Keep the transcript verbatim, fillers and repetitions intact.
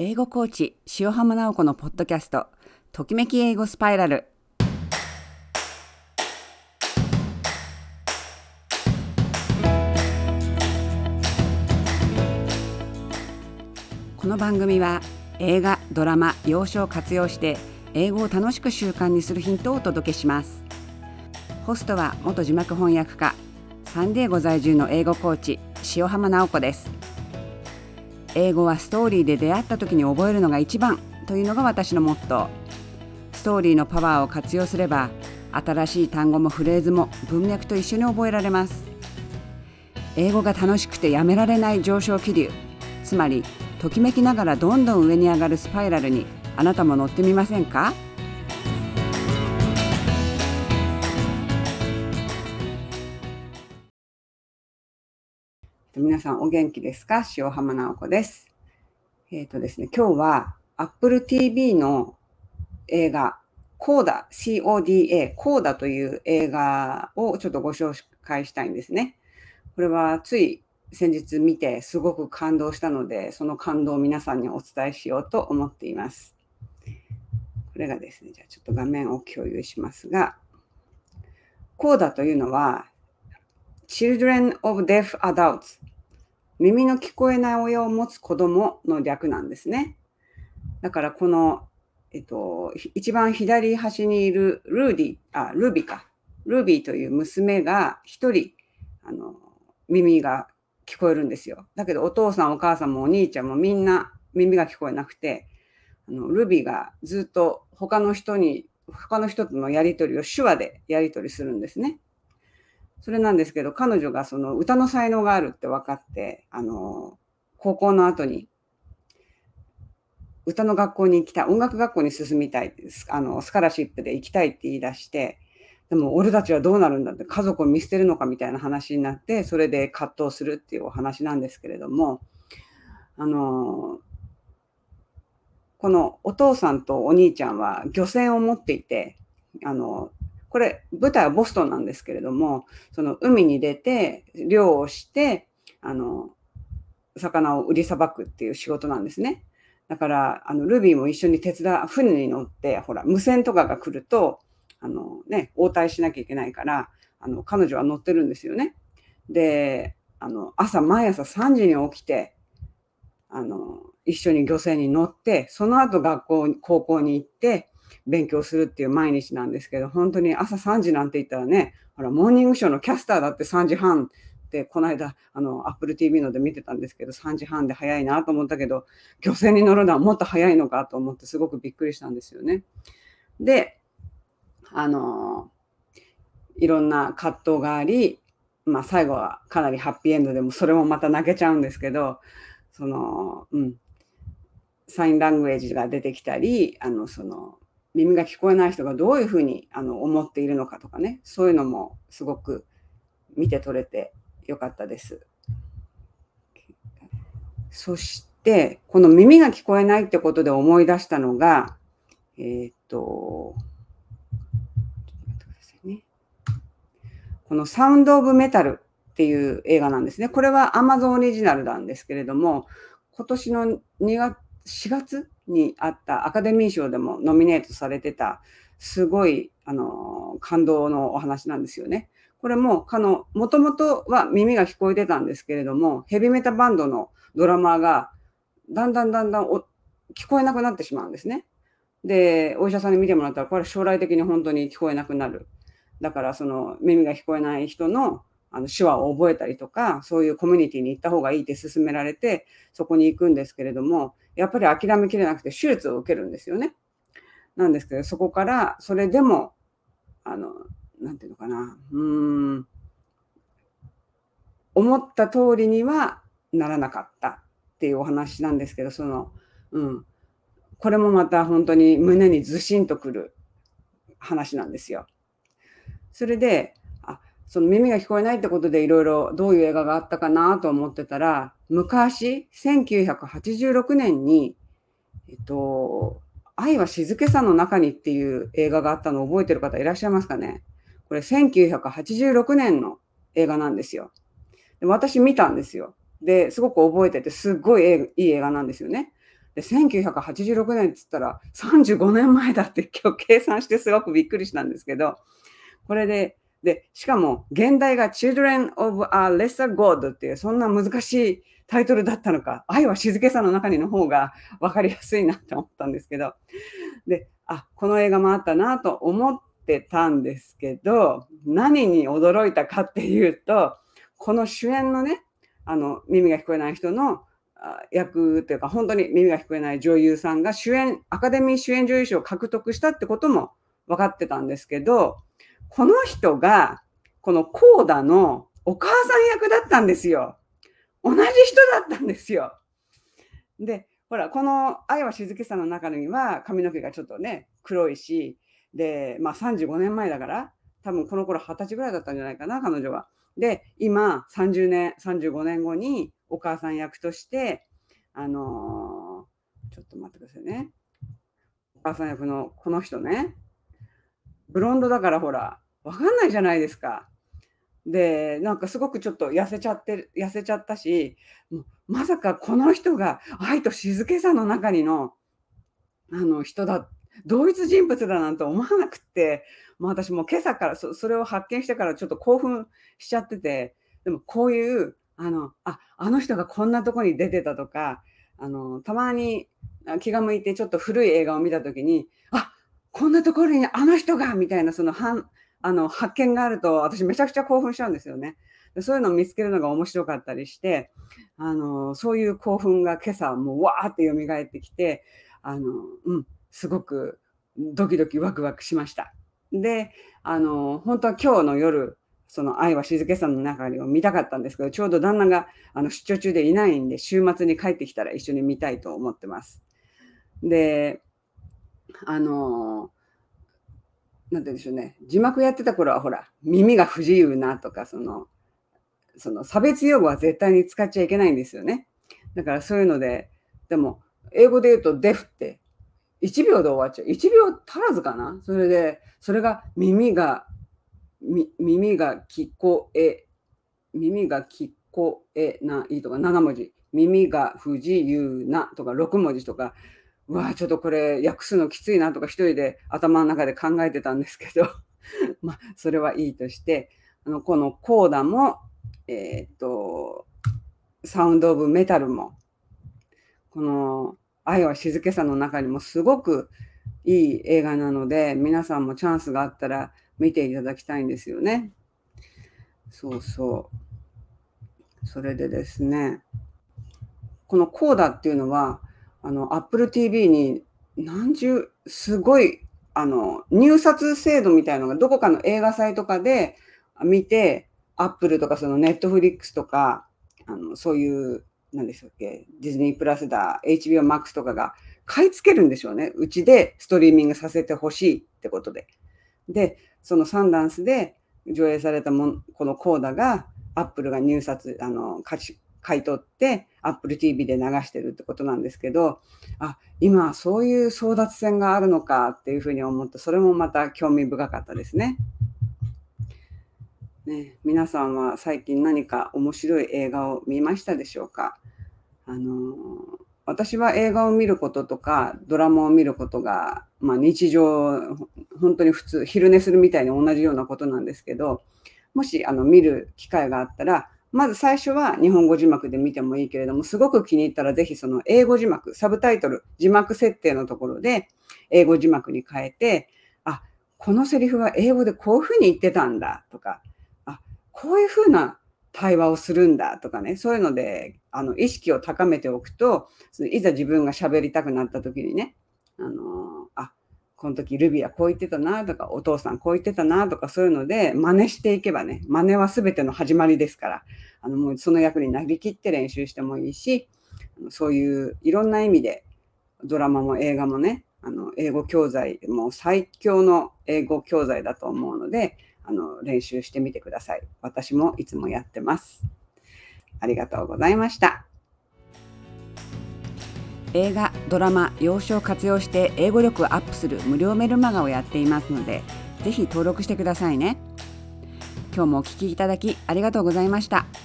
英語コーチ塩浜直子のポッドキャスト、ときめき英語スパイラル。この番組は映画、ドラマ、洋書を活用して英語を楽しく習慣にするヒントをお届けします。ホストは元字幕翻訳家、サンディエゴ在住の英語コーチ塩浜直子です。英語はストーリーで出会った時に覚えるのが一番というのが私のモットー。ストーリーのパワーを活用すれば、新しい単語もフレーズも文脈と一緒に覚えられます。英語が楽しくてやめられない上昇気流、つまりときめきながらどんどん上に上がるスパイラルに、あなたも乗ってみませんか？皆さんお元気ですか？塩浜直子です。えっとですね、今日は Apple ティーブイ の映画コーダ シーオーディーエー コーダという映画をちょっとご紹介したいんですね。これはつい先日見てすごく感動したので、その感動を皆さんにお伝えしようと思っています。これがですね、じゃあちょっと画面を共有しますが、コーダというのは Children of Deaf Adults、耳の聞こえない親を持つ子供の略なんですね。だからこの、えっと、一番左端にいるルーディ、あ、ルービーか。ルービーという娘が一人、あの、耳が聞こえるんですよ。だけどお父さんお母さんもお兄ちゃんもみんな耳が聞こえなくて、あのルビーがずっと他の人に、他の人とのやり取りを手話でやり取りするんですね。それなんですけど、彼女がその歌の才能があるって分かって、あの、高校の後に歌の学校に行きたい、音楽学校に進みたい、あの、スカラシップで行きたいって言い出して、でも俺たちはどうなるんだって、家族を見捨てるのかみたいな話になって、それで葛藤するっていうお話なんですけれども、あの、このお父さんとお兄ちゃんは漁船を持っていて、あの、これ舞台はボストンなんですけれども、その海に出て漁をして、あの、魚を売りさばくっていう仕事なんですね。だから、あの、ルビーも一緒に手伝う、船に乗って、ほら、無線とかが来ると、あのね、応対しなきゃいけないから、あの、彼女は乗ってるんですよね。で、あの、朝、毎朝さんじに起きて、あの、一緒に漁船に乗って、その後学校、高校に行って、勉強するっていう毎日なんですけど、本当に朝さんじなんて言ったらね、ほら、モーニングショーのキャスターだってさんじはんで、この間、あの、Apple ティーブイ ので見てたんですけど、さんじはんで早いなと思ったけど、漁船に乗るのはもっと早いのかと思ってすごくびっくりしたんですよね。で、あの、いろんな葛藤があり、まあ最後はかなりハッピーエンドでも、それもまた泣けちゃうんですけど、その、うん、サインラングエージが出てきたり、あの、その、耳が聞こえない人がどういうふうにあの思っているのかとかね、そういうのもすごく見て取れてよかったです。そして、この耳が聞こえないってことで思い出したのが、えー、っと、このサウンド・オブ・メタルっていう映画なんですね。これは Amazon オリジナルなんですけれども、今年のにがつ、しがつにあったアカデミー賞でもノミネートされてた、すごい、あの、感動のお話なんですよね。これも、かの、もともとは耳が聞こえてたんですけれども、ヘビメタバンドのドラマーが、だんだんだんだんお聞こえなくなってしまうんですね。で、お医者さんに見てもらったら、これ将来的に本当に聞こえなくなる。だからその耳が聞こえない人のあの手話を覚えたりとか、そういうコミュニティに行った方がいいって勧められて、そこに行くんですけれども、やっぱり諦めきれなくて手術を受けるんですよね。なんですけど、そこからそれでも、あの、なんていうのかな、うーん、思った通りにはならなかったっていうお話なんですけど、その、うん、これもまた本当に胸にずしんとくる話なんですよ。それで、あ、その耳が聞こえないってことでいろいろどういう映画があったかなと思ってたら、昔、せんきゅうひゃくはちじゅうろくねんに、えっと、愛は静けさの中にっていう映画があったのを覚えてる方いらっしゃいますかね？これせんきゅうひゃくはちじゅうろくねんの映画なんですよ。で私見たんですよ。で、すごく覚えてて、すっごいいい映画なんですよね。 で、せんきゅうひゃくはちじゅうろくねんっつったらさんじゅうごねんまえだって今日計算してすごくびっくりしたんですけど、これで、で、しかも現代が Children of a Lesser God っていうそんな難しいタイトルだったのか、愛は静けさの中にの方が分かりやすいなって思ったんですけど、で、あ、この映画もあったなと思ってたんですけど、何に驚いたかっていうと、この主演のね、あの耳が聞こえない人のあ役っていうか、本当に耳が聞こえない女優さんが主演アカデミー主演女優賞を獲得したってことも分かってたんですけど、この人がこのコーダのお母さん役だったんですよ。同じ人だったんですよ。で、ほら、この愛は静けさの中には髪の毛がちょっとね、黒いし、で、まあさんじゅうごねんまえだから、多分この頃はたちぐらいだったんじゃないかな、彼女は。で、今さんじゅうねん、さんじゅうごねんごにお母さん役として、あのーちょっと待ってくださいね。お母さん役のこの人ね、ブロンドだからほら、わかんないじゃないですか。で、なんかすごくちょっと痩せちゃってる痩せちゃったし、もうまさかこの人が愛と静けさの中にの、あの人だ、同一人物だなんて思わなくって、もう私もう今朝からそそれを発見してからちょっと興奮しちゃってて、でもこういう、あの、あ、あの人がこんなとこに出てたとか、あの、たまにあ気が向いてちょっと古い映画を見た時に、あ、こんなところにあの人がみたいなそのはんあの発見があると私めちゃくちゃ興奮しちゃうんですよね。で、そういうのを見つけるのが面白かったりして、あの、そういう興奮が今朝もうわーって蘇ってきて、あの、うん、すごくドキドキワクワクしました。で、あの、本当は今日の夜、その愛は静けさの中を見たかったんですけど、ちょうど旦那があの出張中でいないんで、週末に帰ってきたら一緒に見たいと思ってます。で、あの、なんて言うんでしょうね、字幕やってた頃はほら、耳が不自由なとか、その、その差別用語は絶対に使っちゃいけないんですよね。だからそういうので、でも英語で言うとデフっていちびょうで終わっちゃう。いちびょう足らずかな。それで、それが耳が、み耳が聞こえ、耳が聞こえないとかななもじ、耳が不自由なとかろくもじとか、うわ、ちょっとこれ訳すのきついなとか一人で頭の中で考えてたんですけど、まあ、それはいいとして、あのこのコーダも、えーっと、サウンド・オブ・メタルも、この愛は静けさの中にもすごくいい映画なので、皆さんもチャンスがあったら見ていただきたいんですよね。そうそう。それでですね、このコーダっていうのは、あの Apple ティーブイ に何十、すごいあの入札制度みたいのがどこかの映画祭とかで見て、Apple とかその Netflix とか、あのそういう何でしたっけ、ディズニープラスだ、エイチビーオー Max とかが買い付けるんでしょうね。うちでストリーミングさせてほしいってことで。で、そのサンダンスで上映されたもんこのコーダが Apple が入札、あの買し買い取って Apple ティーブイ で流してるってことなんですけど、あ、今そういう争奪戦があるのかっていうふうに思って、それもまた興味深かったですね。ね、皆さんは最近何か面白い映画を見ましたでしょうか？あの私は映画を見ることとかドラマを見ることが、まあ、日常本当に普通昼寝するみたいに同じようなことなんですけど、もしあの見る機会があったら、まず最初は日本語字幕で見てもいいけれども、すごく気に入ったらぜひその英語字幕、サブタイトル、字幕設定のところで英語字幕に変えて、あ、このセリフは英語でこういうふうに言ってたんだとか、あ、こういうふうな対話をするんだとかね、そういうのであの意識を高めておくと、いざ自分が喋りたくなった時にね、あのあ、この時ルビーはこう言ってたなとか、お父さんこう言ってたなとか、そういうので真似していけばね、真似は全ての始まりですから、あのもうその役になりきって練習してもいいし、そういういろんな意味でドラマも映画もね、あの英語教材もう最強の英語教材だと思うので、あの練習してみてください。私もいつもやってます。ありがとうございました。映画、ドラマ、洋書を活用して英語力をアップする無料メルマガをやっていますので、ぜひ登録してくださいね。今日もお聞きいただきありがとうございました。